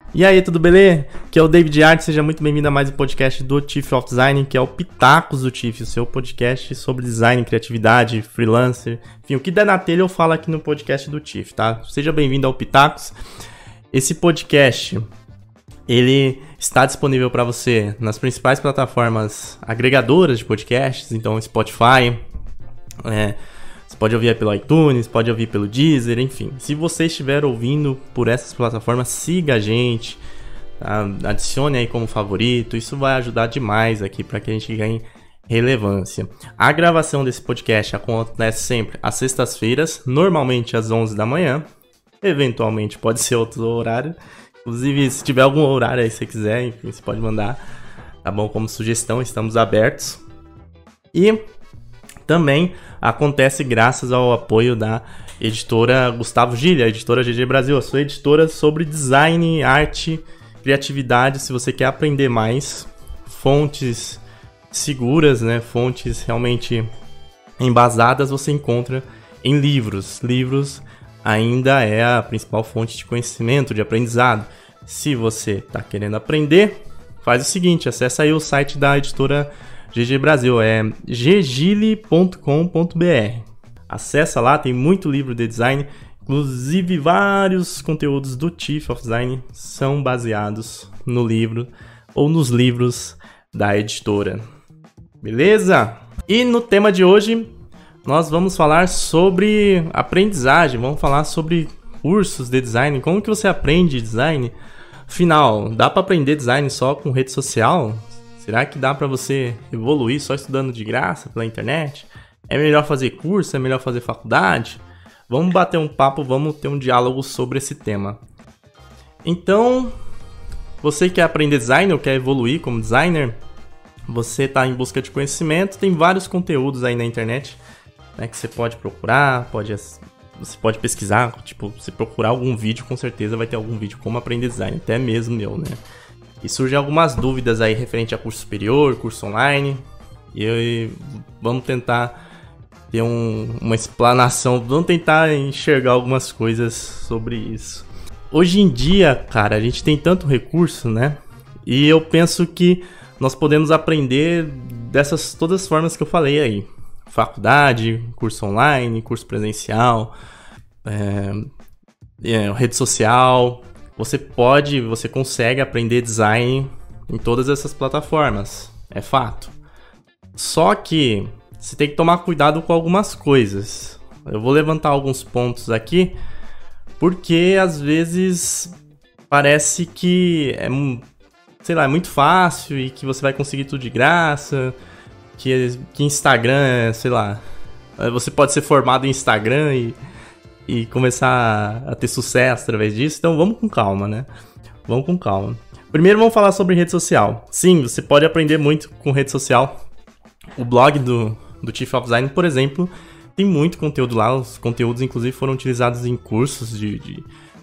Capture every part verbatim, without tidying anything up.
E aí, tudo beleza? Aqui é o David Art, seja muito bem-vindo a mais um podcast do Chief of Design, que é o Pitacos do Chief, o seu podcast sobre design, criatividade, freelancer, enfim, o que der na telha eu falo aqui no podcast do Chief, tá? Seja bem-vindo ao Pitacos. Esse podcast, ele está disponível para você nas principais plataformas agregadoras de podcasts, então Spotify, é... Você pode ouvir pelo iTunes, pode ouvir pelo Deezer, enfim. Se você estiver ouvindo por essas plataformas, siga a gente, tá? Adicione aí como favorito. Isso vai ajudar demais aqui para que a gente ganhe relevância. A gravação desse podcast acontece sempre às sextas-feiras, normalmente às onze da manhã. Eventualmente pode ser outro horário. Inclusive, se tiver algum horário aí que você quiser, enfim, você pode mandar, tá bom? Como sugestão, estamos abertos. E também acontece graças ao apoio da editora Gustavo Gilli, a editora G G Brasil, a sua editora sobre design, arte, criatividade. Se você quer aprender mais, fontes seguras, né, fontes realmente embasadas, você encontra em livros. Livros ainda é a principal fonte de conhecimento, de aprendizado. Se você está querendo aprender, faz o seguinte, acessa aí o site da editora G G Brasil, é g gilli ponto com ponto b r. Acessa lá, tem muito livro de design, inclusive vários conteúdos do Chief of Design são baseados no livro ou nos livros da editora. Beleza? E no tema de hoje, nós vamos falar sobre aprendizagem, vamos falar sobre cursos de design, como que você aprende design. Afinal, dá para aprender design só com rede social? Será que dá para você evoluir só estudando de graça pela internet? É melhor fazer curso? É melhor fazer faculdade? Vamos bater um papo, vamos ter um diálogo sobre esse tema. Então, você quer aprender design ou quer evoluir como designer? Você está em busca de conhecimento, tem vários conteúdos aí na internet, né, que você pode procurar, pode, você pode pesquisar, tipo, se procurar algum vídeo, com certeza vai ter algum vídeo como aprender design, até mesmo meu, né? E surgem algumas dúvidas aí referente a curso superior, curso online. E eu, vamos tentar ter um, uma explanação, vamos tentar enxergar algumas coisas sobre isso. Hoje em dia, cara, a gente tem tanto recurso, né? E eu penso que nós podemos aprender dessas todas as formas que eu falei aí. Faculdade, curso online, curso presencial, é, é, rede social. Você pode, você consegue aprender design em todas essas plataformas, é fato. Só que você tem que tomar cuidado com algumas coisas. Eu vou levantar alguns pontos aqui, porque às vezes parece que é, sei lá, é muito fácil e que você vai conseguir tudo de graça, que, que Instagram, sei lá, você pode ser formado em Instagram e... e começar a ter sucesso através disso. Então vamos com calma, né? Vamos com calma. Primeiro vamos falar sobre rede social. Sim, você pode aprender muito com rede social. O blog do, do Chief of Design, por exemplo, tem muito conteúdo lá. Os conteúdos, inclusive, foram utilizados em cursos de, de,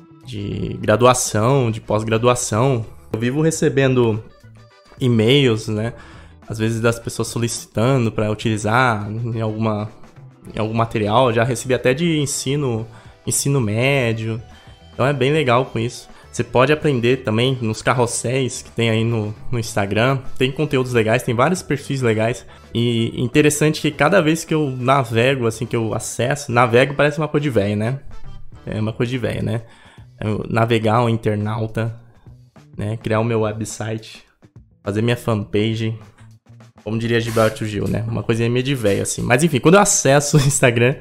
de graduação, de pós-graduação. Eu vivo recebendo e-mails, né? Às vezes das pessoas solicitando para utilizar em alguma... em algum material, já recebi até de ensino, ensino médio, então é bem legal com isso. Você pode aprender também nos carrosséis que tem aí no, no Instagram, tem conteúdos legais, tem vários perfis legais, e interessante que cada vez que eu navego, assim, que eu acesso, navego parece uma coisa de velho, né? É uma coisa de velho, né? Eu navegar um internauta, né? Criar o meu website, fazer minha fanpage... Como diria Gilberto Gil, né? Uma coisinha meio de velho, assim. Mas enfim, quando eu acesso o Instagram,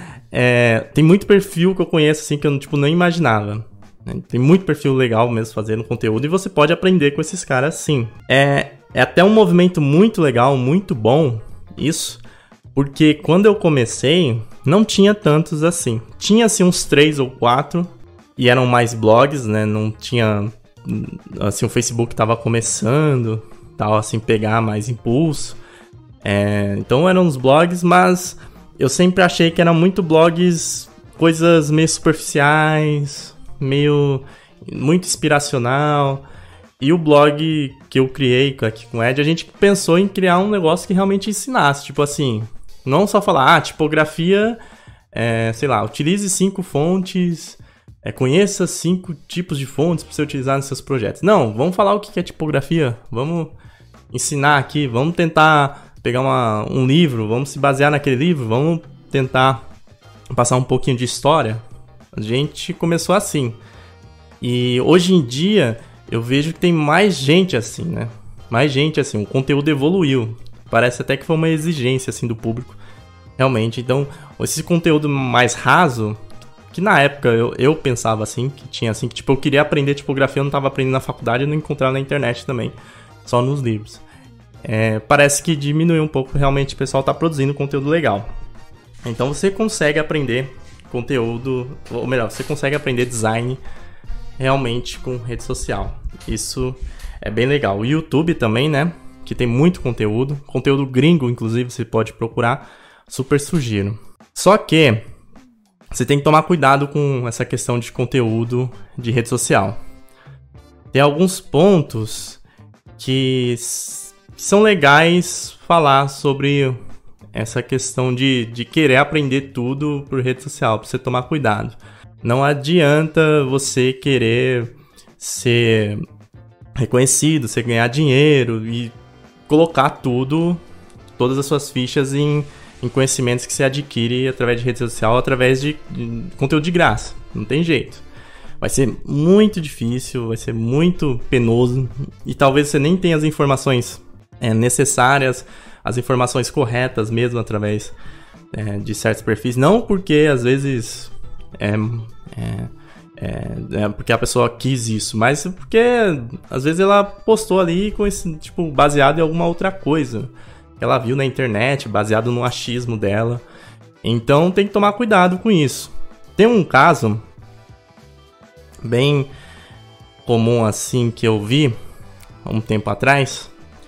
é, tem muito perfil que eu conheço, assim, que eu tipo, não imaginava. Né? Tem muito perfil legal mesmo fazendo conteúdo e você pode aprender com esses caras, sim. É, é até um movimento muito legal, muito bom, isso. Porque quando eu comecei, não tinha tantos assim. Tinha, assim, uns três ou quatro. E eram mais blogs, né? Não tinha... Assim, o Facebook tava começando... tal, assim, pegar mais impulso. É, então eram uns blogs, mas eu sempre achei que eram muito blogs, coisas meio superficiais, meio muito inspiracional. E o blog que eu criei aqui com o Ed, a gente pensou em criar um negócio que realmente ensinasse, tipo assim, não só falar, ah, tipografia, é, sei lá, utilize cinco fontes É, conheça cinco tipos de fontes para você utilizar nos seus projetos. Não, vamos falar o que é tipografia. Vamos ensinar aqui. Vamos tentar pegar uma, um livro. Vamos se basear naquele livro. Vamos tentar passar um pouquinho de história. A gente começou assim. E hoje em dia eu vejo que tem mais gente assim, né? Mais gente assim. O conteúdo evoluiu. Parece até que foi uma exigência assim do público. Realmente. Então, esse conteúdo mais raso... Que na época eu, eu pensava assim, que tinha assim, que tipo, eu queria aprender tipografia, eu não estava aprendendo na faculdade, eu não encontrava na internet também, só nos livros. É, parece que diminuiu um pouco, realmente o pessoal está produzindo conteúdo legal. Então você consegue aprender conteúdo, ou melhor, você consegue aprender design realmente com rede social. Isso é bem legal. O YouTube também, né, que tem muito conteúdo, conteúdo gringo, inclusive, você pode procurar, super sugiro. Só que... você tem que tomar cuidado com essa questão de conteúdo de rede social. Tem alguns pontos que são legais falar sobre essa questão de, de querer aprender tudo por rede social, para você tomar cuidado. Não adianta você querer ser reconhecido, você ganhar dinheiro e colocar tudo, todas as suas fichas em... em conhecimentos que você adquire através de rede social, através de, de conteúdo de graça. Não tem jeito. Vai ser muito difícil, vai ser muito penoso e talvez você nem tenha as informações é, necessárias, as informações corretas mesmo através é, de certos perfis. Não porque às vezes é, é, é, é porque a pessoa quis isso, mas porque às vezes ela postou ali com esse, tipo, baseado em alguma outra coisa que ela viu na internet, baseado no achismo dela. Então tem que tomar cuidado com isso. Tem um caso bem comum assim que eu vi há um tempo atrás,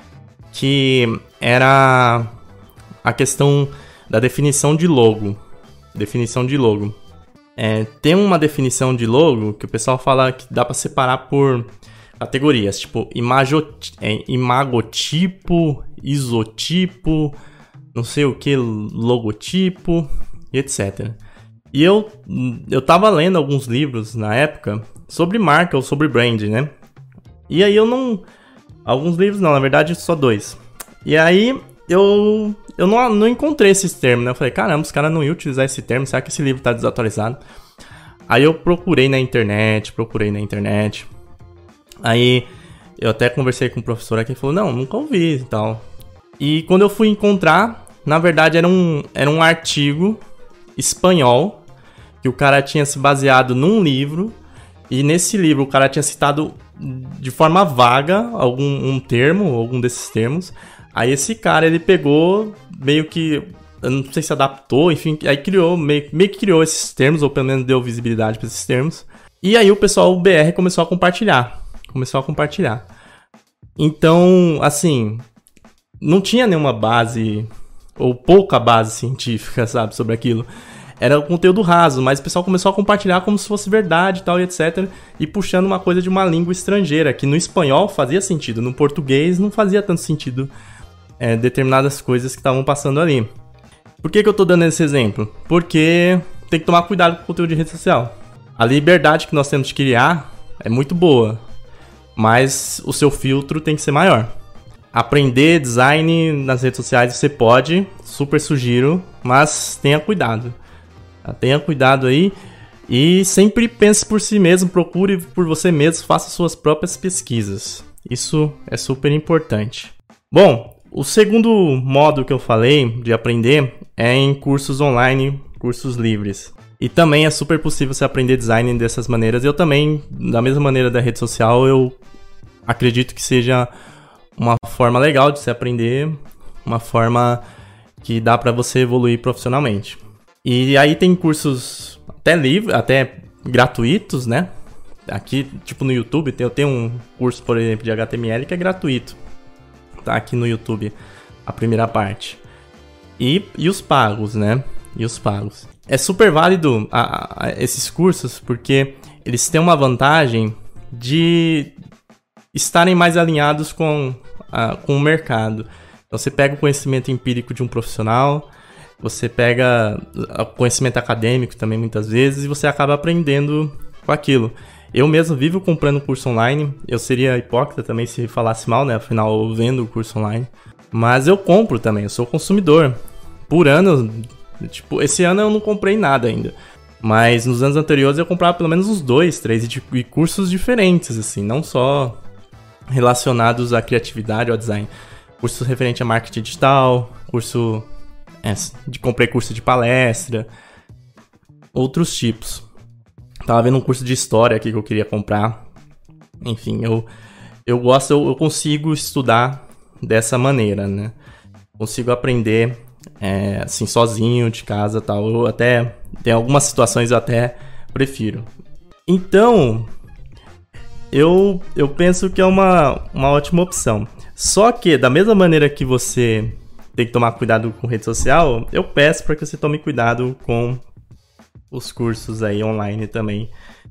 que era a questão da definição de logo. Definição de logo. É, tem uma definição de logo que o pessoal fala que dá para separar por categorias, tipo imago, é, imagotipo, isotipo, não sei o que, logotipo, e etcétera. E eu, eu tava lendo alguns livros na época sobre marca ou sobre brand, né? E aí eu não... Alguns livros não, na verdade só dois. E aí eu, eu não, não encontrei esses termos, né? Eu falei, caramba, os caras não iam utilizar esse termo, será que esse livro tá desatualizado? Aí eu procurei na internet, procurei na internet... Aí eu até conversei com o professor aqui e falou, não, nunca ouvi e tal. E quando eu fui encontrar, na verdade era um, era um artigo espanhol que o cara tinha se baseado num livro. E nesse livro o cara tinha citado de forma vaga algum um termo, algum desses termos. Aí esse cara, ele pegou meio que, eu não sei se adaptou, enfim, aí criou, meio, meio que criou esses termos, ou pelo menos deu visibilidade para esses termos. E aí o pessoal, o B R, começou a compartilhar. Começou a compartilhar. Então, assim, não tinha nenhuma base, ou pouca base científica, sabe, sobre aquilo. Era um conteúdo raso, mas o pessoal começou a compartilhar como se fosse verdade e tal, e etcétera. E puxando uma coisa de uma língua estrangeira, que no espanhol fazia sentido, no português não fazia tanto sentido é, determinadas coisas que estavam passando ali. Por que que eu tô dando esse exemplo? Porque tem que tomar cuidado com o conteúdo de rede social. A liberdade que nós temos de criar é muito boa, mas o seu filtro tem que ser maior. Aprender design nas redes sociais você pode, super sugiro, mas tenha cuidado. Tenha cuidado aí e sempre pense por si mesmo, procure por você mesmo, faça suas próprias pesquisas. Isso é super importante. Bom, o segundo modo que eu falei de aprender é em cursos online, cursos livres. E também é super possível você aprender design dessas maneiras. Eu também, da mesma maneira da rede social, eu acredito que seja uma forma legal de se aprender, uma forma que dá para você evoluir profissionalmente. E aí tem cursos até livres, até gratuitos, né? Aqui, tipo no YouTube, eu tenho um curso, por exemplo, de H T M L que é gratuito. Tá aqui no YouTube, a primeira parte. E, e os pagos, né? E os pagos. É super válido a, a, esses cursos porque eles têm uma vantagem de estarem mais alinhados com, a, com o mercado. Então você pega o conhecimento empírico de um profissional, você pega o conhecimento acadêmico também muitas vezes e você acaba aprendendo com aquilo. Eu mesmo vivo comprando curso online, eu seria hipócrita também se falasse mal, né? Afinal, eu vendo o curso online. Mas eu compro também, eu sou consumidor. Por ano, tipo, esse ano eu não comprei nada ainda. Mas nos anos anteriores eu comprava pelo menos uns dois, três, e cursos diferentes, assim, não só relacionados à criatividade ou ao design. Curso referente a marketing digital, curso... É, de, comprei curso de palestra, outros tipos. Tava vendo um curso de história aqui que eu queria comprar. Enfim, eu, eu gosto, eu, eu consigo estudar dessa maneira, né? Consigo aprender, é, assim, sozinho, de casa e tal. Eu até, tem algumas situações eu até prefiro. Então, eu, eu penso que é uma, uma ótima opção. Só que, da mesma maneira que você tem que tomar cuidado com rede social, eu peço para que você tome cuidado com os cursos aí online também.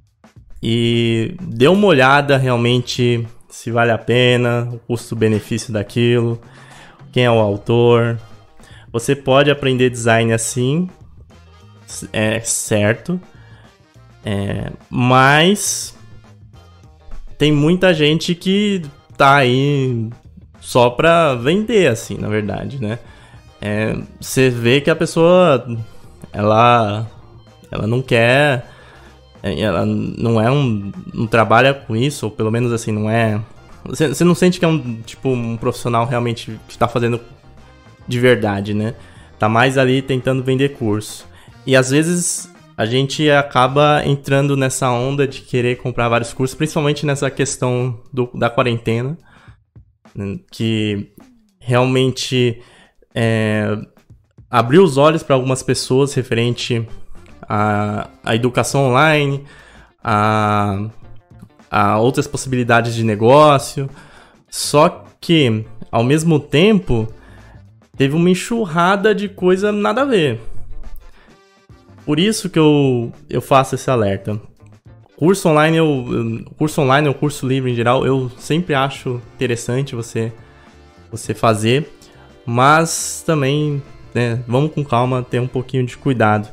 E dê uma olhada realmente se vale a pena, o custo-benefício daquilo, quem é o autor. Você pode aprender design assim, é certo, é, mas tem muita gente que tá aí só pra vender, assim, na verdade, né? É, você vê que a pessoa, ela... Ela não quer, ela não é um, não trabalha com isso, ou pelo menos assim, não é... Você, você não sente que é um, tipo, um profissional realmente que está fazendo de verdade, né? Tá mais ali tentando vender curso. E às vezes a gente acaba entrando nessa onda de querer comprar vários cursos, principalmente nessa questão do, da quarentena, né? Que realmente é, abriu os olhos para algumas pessoas referente... A, a educação online, a, a outras possibilidades de negócio, só que, ao mesmo tempo, teve uma enxurrada de coisa nada a ver. Por isso que eu, eu faço esse alerta. Curso online, eu, curso online ou curso livre em geral, eu sempre acho interessante você, você fazer, mas também, né, vamos com calma, ter um pouquinho de cuidado.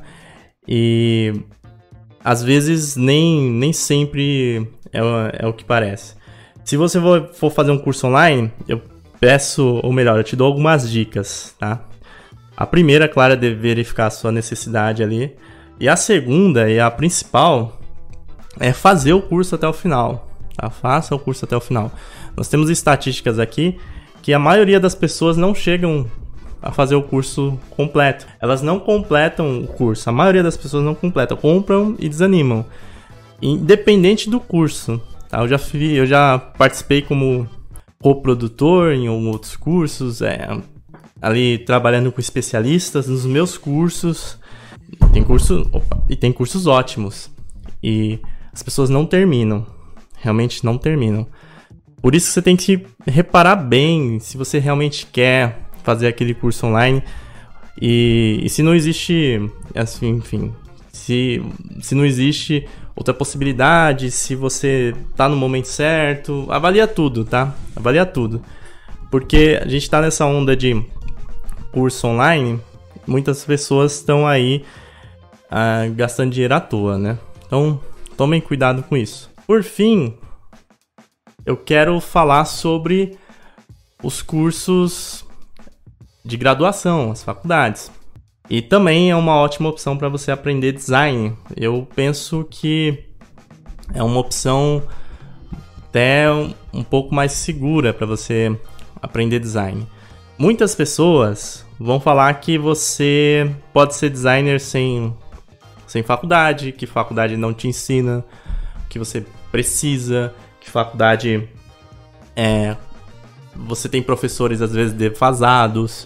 E às vezes nem, nem sempre é, é o que parece. Se você for fazer um curso online, eu peço, ou melhor, eu te dou algumas dicas, tá? A primeira, claro, é de verificar a sua necessidade ali. E a segunda, e a principal, é fazer o curso até o final, tá? Faça o curso até o final. Nós temos estatísticas aqui que a maioria das pessoas não chegam a fazer o curso completo. Elas não completam o curso. A maioria das pessoas não completam. Compram e desanimam. Independente do curso. Tá? Eu, já fui, eu já participei como coprodutor em outros cursos. É, ali trabalhando com especialistas nos meus cursos. Tem curso, opa, e tem cursos ótimos. E as pessoas não terminam. Realmente não terminam. Por isso que você tem que reparar bem se você realmente quer fazer aquele curso online. E, e se não existe, assim, enfim, se, se não existe outra possibilidade, se você tá no momento certo, avalia tudo, tá? Avalia tudo. Porque a gente tá nessa onda de curso online, muitas pessoas estão aí ah, gastando dinheiro à toa, né? Então, tomem cuidado com isso. Por fim, eu quero falar sobre os cursos de graduação, as faculdades. E também é uma ótima opção para você aprender design. Eu penso que é uma opção até um, um pouco mais segura para você aprender design. Muitas pessoas vão falar que você pode ser designer sem, sem faculdade, que faculdade não te ensina o que você precisa, que faculdade é... Você tem professores às vezes defasados,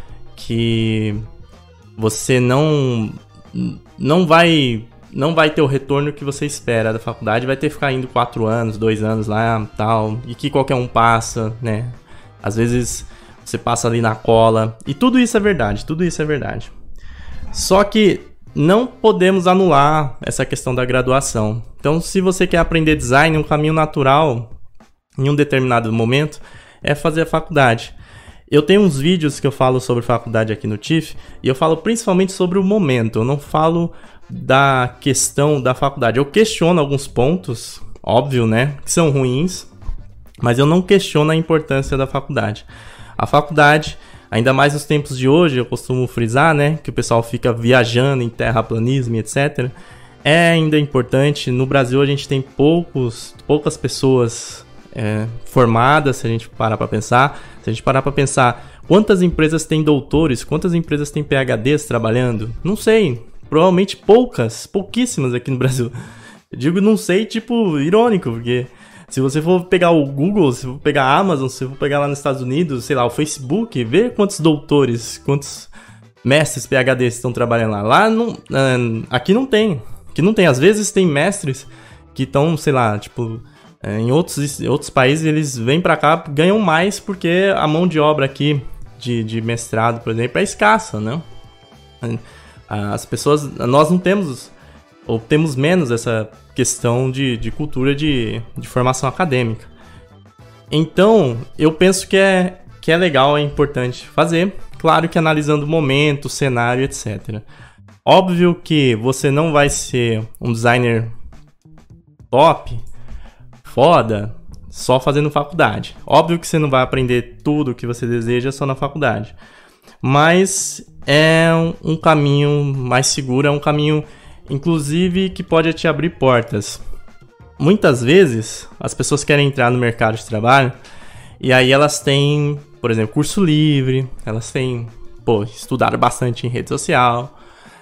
que você não não vai não vai ter o retorno que você espera da faculdade, vai ter que ficar indo quatro anos, dois anos lá, tal, e que qualquer um passa, né? Às vezes você passa ali na cola, e tudo isso é verdade, tudo isso é verdade. Só que não podemos anular essa questão da graduação. Então, se você quer aprender design, um caminho natural em um determinado momento é fazer a faculdade. Eu tenho uns vídeos que eu falo sobre faculdade aqui no T I F, e eu falo principalmente sobre o momento. Eu não falo da questão da faculdade. Eu questiono alguns pontos, óbvio, né, que são ruins, mas eu não questiono a importância da faculdade. A faculdade, ainda mais nos tempos de hoje, eu costumo frisar, né, que o pessoal fica viajando em terraplanismo e etcétera. É ainda importante. No Brasil a gente tem poucos, poucas pessoas é, formadas, se a gente parar para pensar. Se a gente parar para pensar, quantas empresas têm doutores, quantas empresas têm P H Ds trabalhando? Não sei, provavelmente poucas, pouquíssimas aqui no Brasil. Eu digo não sei, tipo, irônico, porque se você for pegar o Google, se for pegar a Amazon, se for pegar lá nos Estados Unidos, sei lá, o Facebook, vê quantos doutores, quantos mestres P H Ds estão trabalhando lá. Lá não, aqui não tem. Aqui não tem. Às vezes tem mestres que estão, sei lá, tipo, em outros, outros países eles vêm pra cá, ganham mais porque a mão de obra aqui de, de mestrado, por exemplo, é escassa, né? As pessoas, nós não temos, ou temos menos essa questão de, de cultura de, de formação acadêmica. Então, eu penso que é, que é legal, é importante fazer, claro que analisando o momento, o cenário, etcétera. Óbvio que você não vai ser um designer top, foda, só fazendo faculdade. Óbvio que você não vai aprender tudo o que você deseja só na faculdade. Mas é um caminho mais seguro, é um caminho, inclusive, que pode te abrir portas. Muitas vezes, as pessoas querem entrar no mercado de trabalho e aí elas têm, por exemplo, curso livre, elas têm, pô, estudaram bastante em rede social.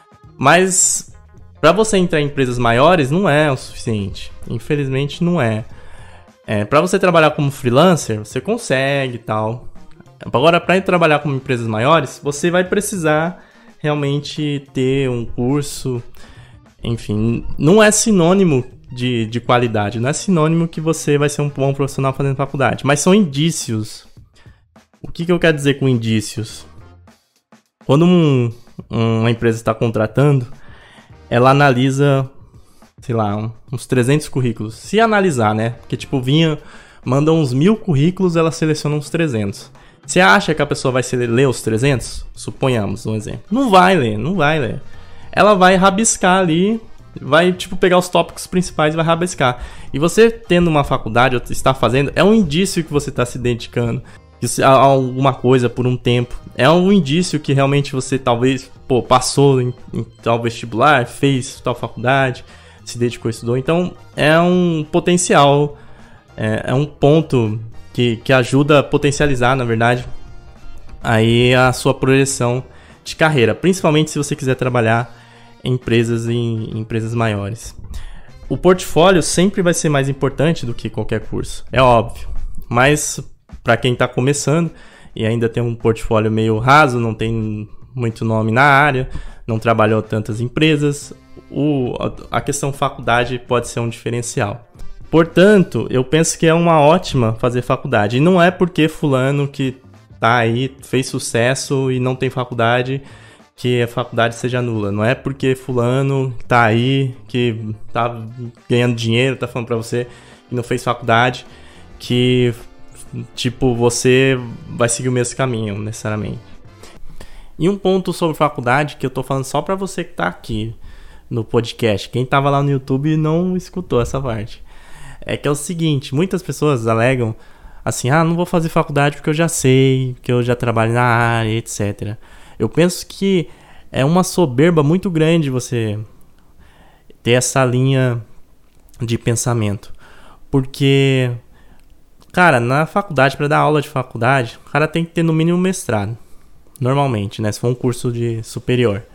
Mas para você entrar em empresas maiores não é o suficiente. Infelizmente não é. é para você trabalhar como freelancer, você consegue e tal. Agora, para trabalhar como empresas maiores, você vai precisar realmente ter um curso. Enfim, não é sinônimo de, de qualidade. Não é sinônimo que você vai ser um bom profissional fazendo faculdade. Mas são indícios. O que, que eu quero dizer com indícios? Quando um... uma empresa está contratando, ela analisa, sei lá, uns trezentos currículos. Se analisar, né? Porque, tipo, vinha, manda uns mil currículos, ela seleciona uns trezentos. Você acha que a pessoa vai ler os trezentos? Suponhamos, um exemplo. Não vai ler, não vai ler. Ela vai rabiscar ali, vai, tipo, pegar os tópicos principais e vai rabiscar. E você tendo uma faculdade, ou está fazendo, é um indício que você está se dedicando a alguma coisa por um tempo. É um indício que realmente você talvez, pô, passou em, em tal vestibular, fez tal faculdade, se dedicou, estudou. Então, é um potencial, é, é um ponto que, que ajuda a potencializar, na verdade, aí a sua projeção de carreira, principalmente se você quiser trabalhar em empresas, em, em empresas maiores. O portfólio sempre vai ser mais importante do que qualquer curso, é óbvio, mas para quem está começando e ainda tem um portfólio meio raso, não tem muito nome na área, não trabalhou tantas empresas, o, a questão faculdade pode ser um diferencial. Portanto, eu penso que é uma ótima fazer faculdade. E não é porque fulano que tá aí, fez sucesso e não tem faculdade, que a faculdade seja nula. Não é porque fulano tá aí, que tá ganhando dinheiro, tá falando pra você que não fez faculdade, que tipo, você vai seguir o mesmo caminho, necessariamente. E um ponto sobre faculdade, que eu tô falando só pra você que tá aqui no podcast. Quem tava lá no YouTube não escutou essa parte. É que é o seguinte, muitas pessoas alegam assim, ah, não vou fazer faculdade porque eu já sei, que eu já trabalho na área, etcétera. Eu penso que é uma soberba muito grande você ter essa linha de pensamento. Porque, cara, na faculdade, para dar aula de faculdade, o cara tem que ter no mínimo mestrado. Normalmente, né? Se for um curso de superior.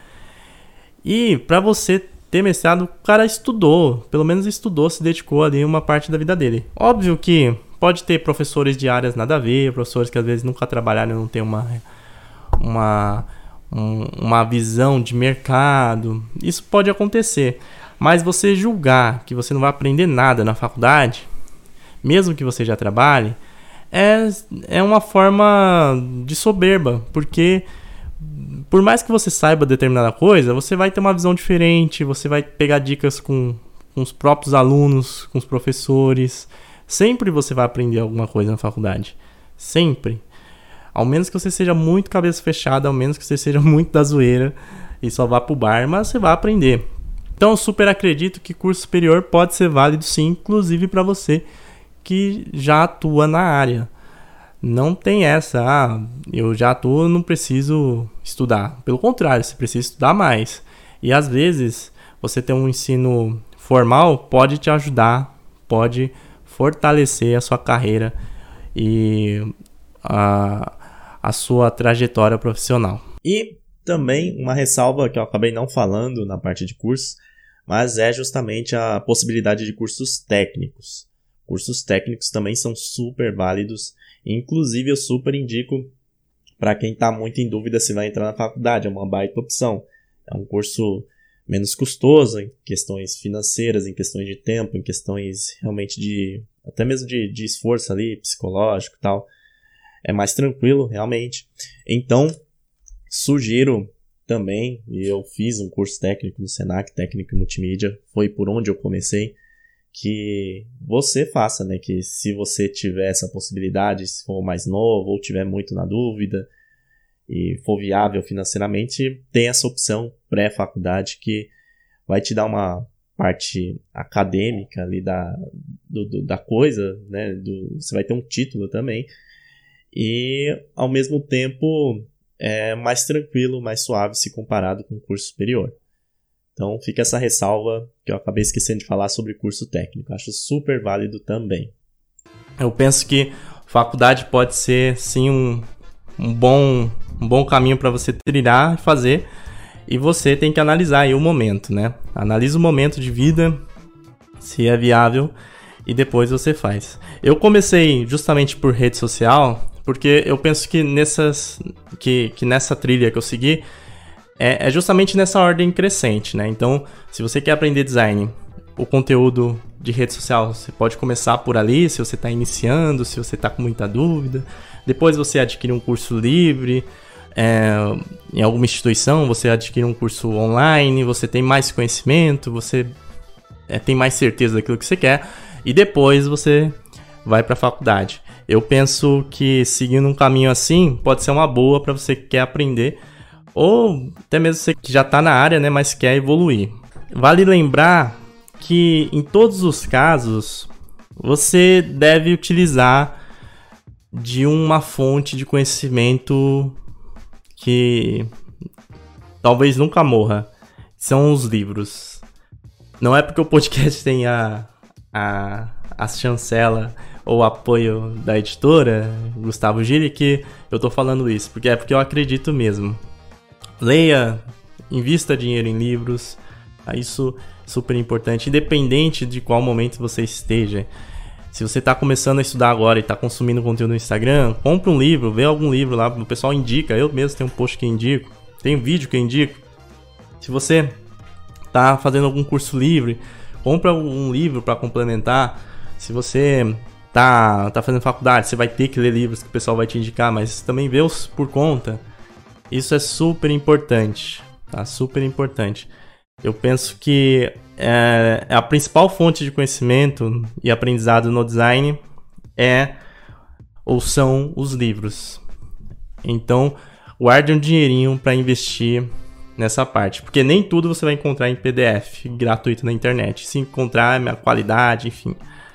E para você ter mestrado, o cara estudou. Pelo menos estudou, se dedicou ali uma parte da vida dele. Óbvio que pode ter professores de áreas nada a ver, professores que às vezes nunca trabalharam e não tem uma, uma, um, uma visão de mercado. Isso pode acontecer. Mas você julgar que você não vai aprender nada na faculdade, mesmo que você já trabalhe, é, é uma forma de soberba, porque por mais que você saiba determinada coisa, você vai ter uma visão diferente, você vai pegar dicas com, com os próprios alunos, com os professores. Sempre você vai aprender alguma coisa na faculdade. Sempre. Ao menos que você seja muito cabeça fechada, ao menos que você seja muito da zoeira e só vá pro bar, mas você vai aprender. Então eu super acredito que curso superior pode ser válido sim, inclusive para você que já atua na área. Não tem essa, ah, eu já atuo, não preciso estudar. Pelo contrário, você precisa estudar mais. E às vezes, você ter um ensino formal pode te ajudar, pode fortalecer a sua carreira e a, a sua trajetória profissional. E também uma ressalva que eu acabei não falando na parte de cursos, mas é justamente a possibilidade de cursos técnicos. Cursos técnicos também são super válidos. Inclusive, eu super indico para quem está muito em dúvida se vai entrar na faculdade. É uma baita opção. É um curso menos custoso em questões financeiras, em questões de tempo, em questões realmente de... até mesmo de, de esforço ali, psicológico e tal. É mais tranquilo, realmente. Então, sugiro também, e eu fiz um curso técnico no Senac, técnico em multimídia. Foi por onde eu comecei. Que você faça, né? Que se você tiver essa possibilidade, se for mais novo ou tiver muito na dúvida e for viável financeiramente, tem essa opção pré-faculdade que vai te dar uma parte acadêmica ali da, do, do, da coisa, né? Do, você vai ter um título também e ao mesmo tempo é mais tranquilo, mais suave se comparado com o curso superior. Então fica essa ressalva que eu acabei esquecendo de falar sobre curso técnico. Acho super válido também. Eu penso que faculdade pode ser sim um, um, bom, um bom caminho para você trilhar e fazer. E você tem que analisar aí o momento, né? Analisa o momento de vida, se é viável, e depois você faz. Eu comecei justamente por rede social, porque eu penso que, nessas, que, que nessa trilha que eu segui, É, é justamente nessa ordem crescente, né? Então, se você quer aprender design, o conteúdo de rede social, você pode começar por ali, se você está iniciando, se você está com muita dúvida. Depois você adquire um curso livre, é, em alguma instituição, você adquire um curso online, você tem mais conhecimento, você é, tem mais certeza daquilo que você quer. E depois você vai para a faculdade. Eu penso que seguindo um caminho assim, pode ser uma boa para você que quer aprender, ou até mesmo você que já está na área, né, mas quer evoluir. Vale lembrar que em todos os casos você deve utilizar de uma fonte de conhecimento que talvez nunca morra. São os livros. Não é porque o podcast tem a, a, a chancela ou apoio da editora, Gustavo Gili, que eu tô falando isso, porque é porque eu acredito mesmo. Leia, invista dinheiro em livros, isso é super importante, independente de qual momento você esteja. Se você está começando a estudar agora e está consumindo conteúdo no Instagram, compre um livro, vê algum livro lá, o pessoal indica, eu mesmo tenho um post que indico, tem um vídeo que eu indico. Se você está fazendo algum curso livre, compra um livro para complementar. Se você está tá fazendo faculdade, você vai ter que ler livros que o pessoal vai te indicar, mas também vê os por conta. Isso é super importante, tá? Super importante. Eu penso que é, a principal fonte de conhecimento e aprendizado no design é ou são os livros. Então, guarde um dinheirinho para investir nessa parte, porque nem tudo você vai encontrar em P D F gratuito na internet. Se encontrar a qualidade, enfim.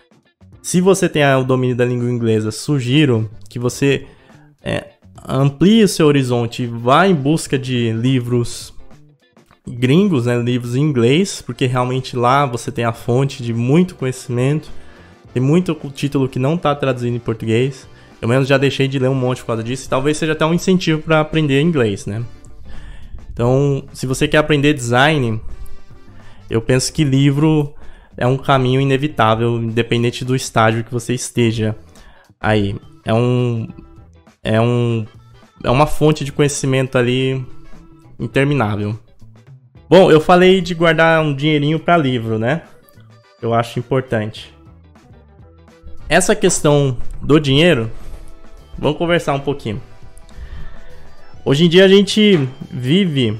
Se você tem o domínio da língua inglesa, sugiro que você é, amplie o seu horizonte e vá em busca de livros gringos, né, livros em inglês, porque realmente lá você tem a fonte de muito conhecimento, tem muito título que não está traduzido em português. Eu mesmo já deixei de ler um monte por causa disso, e talvez seja até um incentivo para aprender inglês, né? Então, se você quer aprender design, eu penso que livro é um caminho inevitável, independente do estágio que você esteja aí. É um é um é uma fonte de conhecimento ali interminável. Bom, eu falei de guardar um dinheirinho para livro, né? Eu acho importante. Essa questão do dinheiro, vamos conversar um pouquinho. Hoje em dia a gente vive,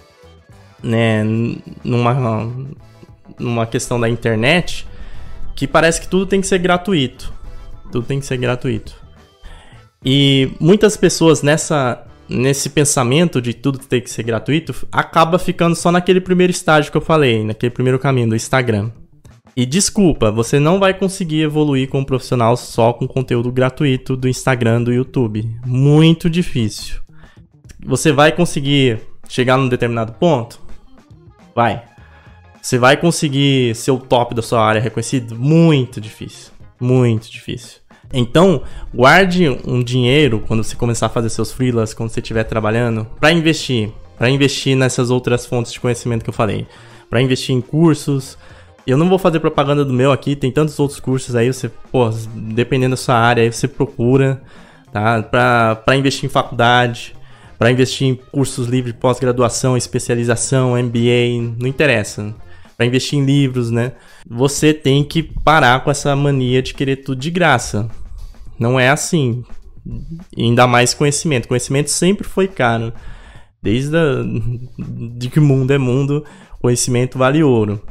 né, numa, numa questão da internet que parece que tudo tem que ser gratuito. Tudo tem que ser gratuito. E muitas pessoas nessa nesse pensamento de tudo ter que ser gratuito, acaba ficando só naquele primeiro estágio que eu falei, naquele primeiro caminho do Instagram. E desculpa, você não vai conseguir evoluir como profissional só com conteúdo gratuito do Instagram, do YouTube. Muito difícil. Você vai conseguir chegar num determinado ponto? Vai. Você vai conseguir ser o top da sua área reconhecido? Muito difícil. Muito difícil. Então, guarde um dinheiro quando você começar a fazer seus freelas, quando você estiver trabalhando, para investir. Para investir nessas outras fontes de conhecimento que eu falei. Para investir em cursos. Eu não vou fazer propaganda do meu aqui, tem tantos outros cursos aí, você, pô, dependendo da sua área, aí você procura, tá? Para para investir em faculdade, para investir em cursos livres de pós-graduação, especialização, M B A, não interessa. Para investir em livros, né? Você tem que parar com essa mania de querer tudo de graça. Não é assim. E ainda mais conhecimento. Conhecimento sempre foi caro. Desde a, de que o mundo é mundo, conhecimento vale ouro.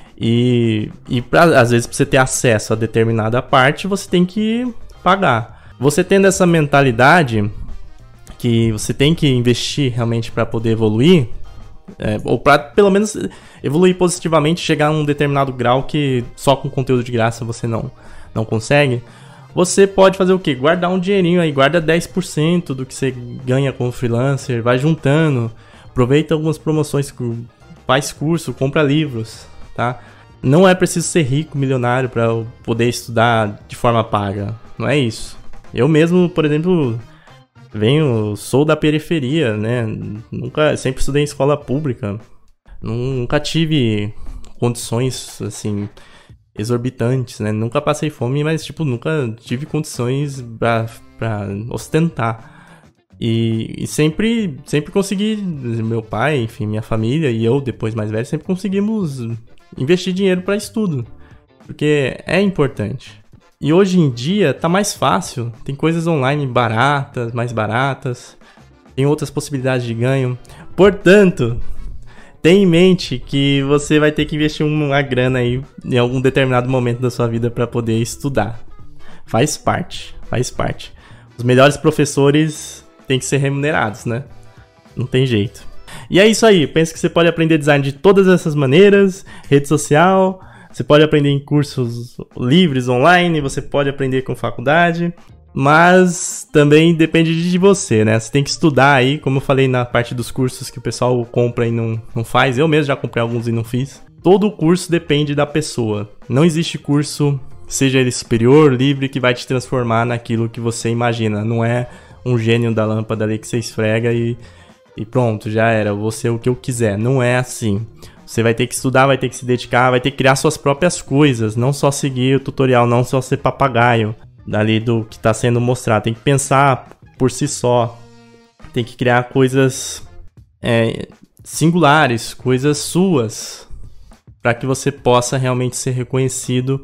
E, e pra, às vezes, para você ter acesso a determinada parte, você tem que pagar. Você tendo essa mentalidade que você tem que investir realmente para poder evoluir, é, ou para pelo menos evoluir positivamente, chegar a um determinado grau que só com conteúdo de graça você não, não consegue, você pode fazer o quê? Guardar um dinheirinho aí, guarda dez por cento do que você ganha como freelancer, vai juntando, aproveita algumas promoções, faz curso, compra livros. Tá? Não é preciso ser rico, milionário para poder estudar de forma paga. Não é isso. Eu mesmo, por exemplo, venho, sou da periferia, né? Nunca, sempre estudei em escola pública. Nunca tive condições assim exorbitantes, né? Nunca passei fome, mas tipo nunca tive condições para para ostentar. E, e sempre, sempre consegui, meu pai, enfim, minha família e eu, depois mais velho, sempre conseguimos investir dinheiro para estudo, porque é importante. E hoje em dia tá mais fácil, tem coisas online baratas, mais baratas, tem outras possibilidades de ganho. Portanto, tenha em mente que você vai ter que investir uma grana aí em algum determinado momento da sua vida para poder estudar. Faz parte, faz parte. Os melhores professores têm que ser remunerados, né? Não tem jeito. E é isso aí, penso que você pode aprender design de todas essas maneiras, rede social, você pode aprender em cursos livres online, você pode aprender com faculdade, mas também depende de você, né? Você tem que estudar aí, como eu falei na parte dos cursos que o pessoal compra e não, não faz, eu mesmo já comprei alguns e não fiz. Todo curso depende da pessoa, não existe curso, seja ele superior, livre, que vai te transformar naquilo que você imagina, não é um gênio da lâmpada ali que você esfrega e E pronto, já era, eu vou ser o que eu quiser. Não é assim. Você vai ter que estudar, vai ter que se dedicar, vai ter que criar suas próprias coisas. Não só seguir o tutorial, não só ser papagaio dali do que está sendo mostrado. Tem que pensar por si só. Tem que criar coisas é, singulares, coisas suas, para que você possa realmente ser reconhecido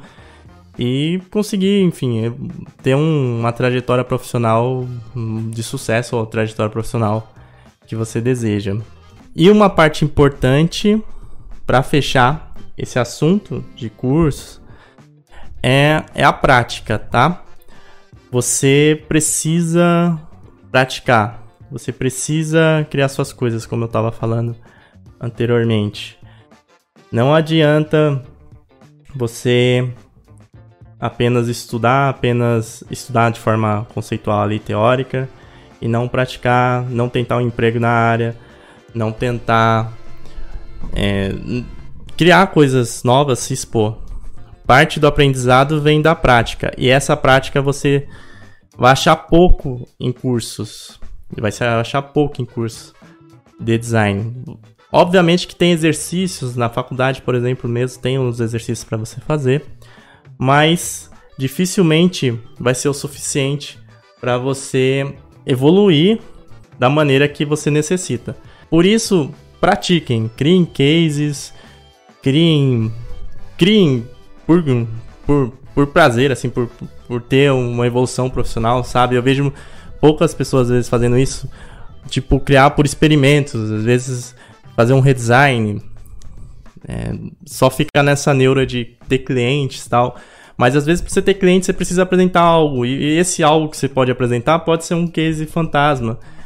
e conseguir, enfim, ter um, uma trajetória profissional de sucesso ou trajetória profissional que você deseja. E uma parte importante para fechar esse assunto de cursos é, é a prática, tá? Você precisa praticar, você precisa criar suas coisas, como eu estava falando anteriormente. Não adianta você apenas estudar, apenas estudar de forma conceitual ali, teórica, e não praticar, não tentar um emprego na área, não tentar é, criar coisas novas, se expor. Parte do aprendizado vem da prática, e essa prática você vai achar pouco em cursos, vai achar pouco em cursos de design. Obviamente que tem exercícios, na faculdade, por exemplo, mesmo, tem uns exercícios para você fazer, mas dificilmente vai ser o suficiente para você evoluir da maneira que você necessita. Por isso, pratiquem, criem cases, criem, criem por, por, por prazer, assim, por, por ter uma evolução profissional, sabe? Eu vejo poucas pessoas, às vezes, fazendo isso, tipo, criar por experimentos, às vezes fazer um redesign, é, só ficar nessa neura de ter clientes e tal. Mas às vezes para você ter cliente você precisa apresentar algo, e esse algo que você pode apresentar pode ser um case fantasma.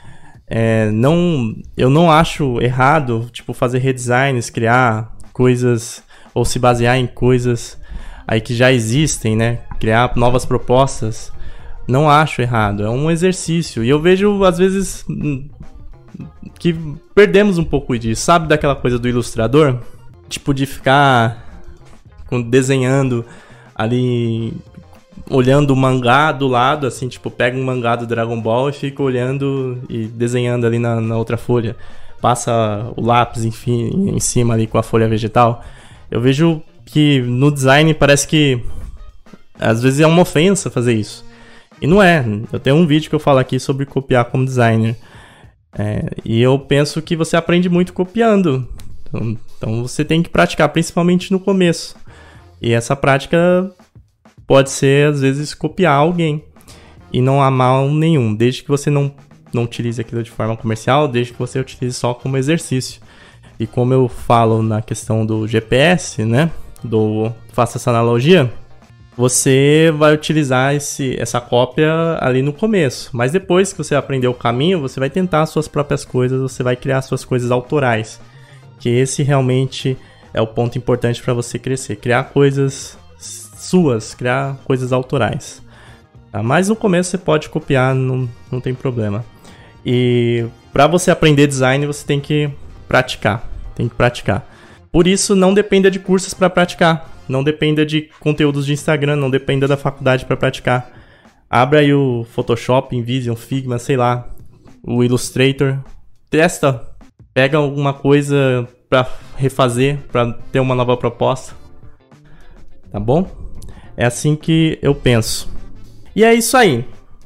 É, não, eu não acho errado, tipo, fazer redesigns, criar coisas, ou se basear em coisas aí que já existem, né? Criar novas propostas. Não acho errado, é um exercício. E eu vejo, às vezes, que perdemos um pouco disso. Sabe daquela coisa do ilustrador? Tipo, de ficar desenhando ali, olhando o mangá do lado, assim, tipo, pega um mangá do Dragon Ball e fica olhando e desenhando ali na, na outra folha. Passa o lápis, enfim, em cima ali com a folha vegetal. Eu vejo que no design parece que às vezes é uma ofensa fazer isso. E não é. Eu tenho um vídeo que eu falo aqui sobre copiar como designer. É, e eu penso que você aprende muito copiando. Então, então você tem que praticar, principalmente no começo. E essa prática pode ser, às vezes, copiar alguém. E não há mal nenhum, desde que você não, não utilize aquilo de forma comercial, desde que você utilize só como exercício. E como eu falo na questão do G P S, né? Do, faço essa analogia. Você vai utilizar esse, essa cópia ali no começo. Mas depois que você aprender o caminho, você vai tentar as suas próprias coisas, você vai criar suas coisas autorais. Que esse realmente é o ponto importante para você crescer. Criar coisas suas, criar coisas autorais. Tá? Mas no começo você pode copiar, não, não tem problema. E para você aprender design, você tem que praticar. Tem que praticar. Por isso, não dependa de cursos para praticar. Não dependa de conteúdos de Instagram, não dependa da faculdade para praticar. Abra aí o Photoshop, InVision, Figma, sei lá, o Illustrator. Testa, pega alguma coisa para refazer, para ter uma nova proposta. Tá bom? É assim que eu penso. E é isso aí.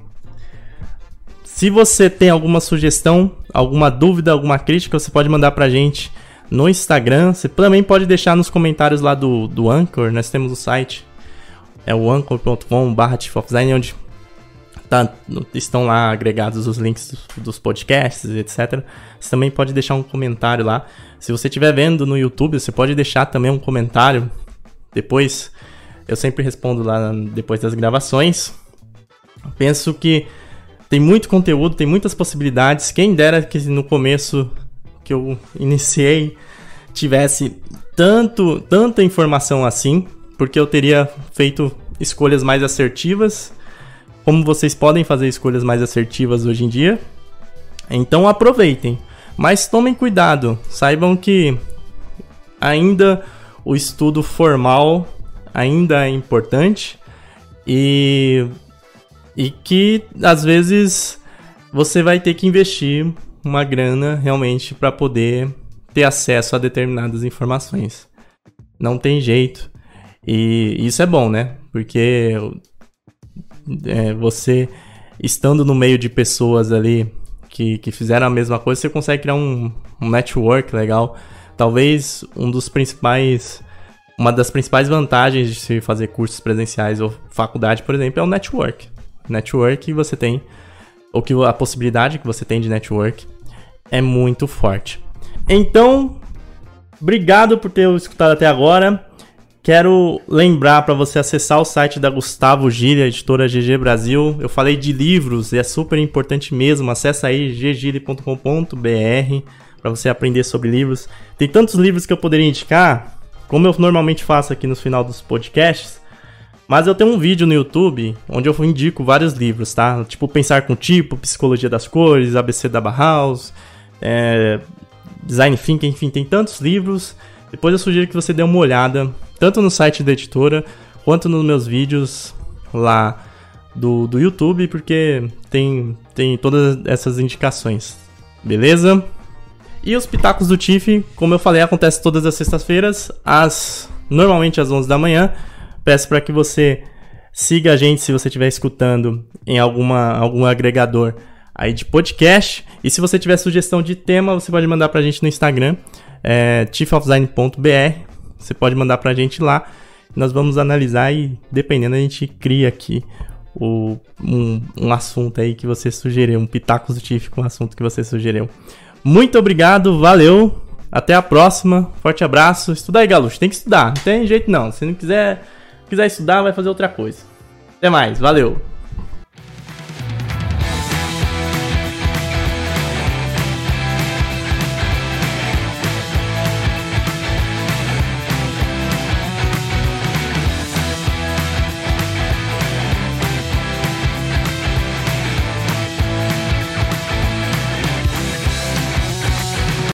Se você tem alguma sugestão, alguma dúvida, alguma crítica, você pode mandar pra gente no Instagram. Você também pode deixar nos comentários lá do, do Anchor. Nós temos o site, é o anchor ponto com barra chief of design, onde tá, estão lá agregados os links dos, dos podcasts, etcétera. Você também pode deixar um comentário lá. Se você estiver vendo no YouTube, você pode deixar também um comentário. Depois, eu sempre respondo lá depois das gravações. Penso que tem muito conteúdo, tem muitas possibilidades. Quem dera que no começo que eu iniciei tivesse tanto, tanta informação assim, porque eu teria feito escolhas mais assertivas, como vocês podem fazer escolhas mais assertivas hoje em dia. Então aproveitem, mas tomem cuidado, saibam que ainda o estudo formal ainda é importante e, e que às vezes você vai ter que investir uma grana realmente para poder ter acesso a determinadas informações. Não tem jeito. E isso é bom, né? Porque é, você, estando no meio de pessoas ali que, que fizeram a mesma coisa, você consegue criar um, um network legal. Talvez um dos principais, uma das principais vantagens de se fazer cursos presenciais ou faculdade, por exemplo, é o network. Network que você tem, ou que a possibilidade que você tem de network é muito forte. Então, obrigado por ter escutado até agora. Quero lembrar para você acessar o site da Gustavo Gili, a editora G G Brasil. Eu falei de livros e é super importante mesmo. Acessa aí g gili ponto com ponto b r para você aprender sobre livros. Tem tantos livros que eu poderia indicar, como eu normalmente faço aqui no final dos podcasts. Mas eu tenho um vídeo no YouTube onde eu indico vários livros, tá? Tipo Pensar com Tipo, Psicologia das Cores, A B C da Bauhaus, é, Design Thinking, enfim, tem tantos livros. Depois eu sugiro que você dê uma olhada, tanto no site da editora, quanto nos meus vídeos lá do, do YouTube, porque tem, tem todas essas indicações, beleza? E os Pitacos do Tiff, como eu falei, acontece todas as sextas-feiras, às, normalmente às onze da manhã. Peço para que você siga a gente se você estiver escutando em alguma, algum agregador aí de podcast. E se você tiver sugestão de tema, você pode mandar pra gente no Instagram, é, chief of design ponto b r. Você pode mandar pra gente lá. Nós vamos analisar e, dependendo, a gente cria aqui o, um, um assunto aí que você sugeriu, um Pitacos do Tiff com o assunto que você sugeriu. Muito obrigado, valeu, até a próxima, forte abraço. Estuda aí, Galucho, tem que estudar, não tem jeito não. Se não quiser, quiser estudar, vai fazer outra coisa. Até mais, valeu.